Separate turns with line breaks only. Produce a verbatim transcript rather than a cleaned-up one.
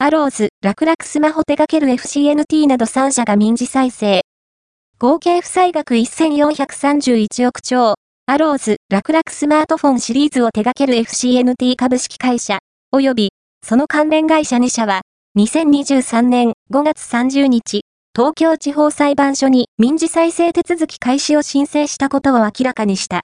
アローズ、楽々スマホ手掛ける エフシーエヌティー などさんしゃが民事再生。合計負債額せんよんひゃくさんじゅういちおくちょう。アローズ、楽々スマートフォンシリーズを手掛ける エフシーエヌティー 株式会社、及び、その関連会社にしゃは、にせんにじゅうさんねんごがつさんじゅうにち、東京地方裁判所に民事再生手続き開始を申請したことを明らかにした。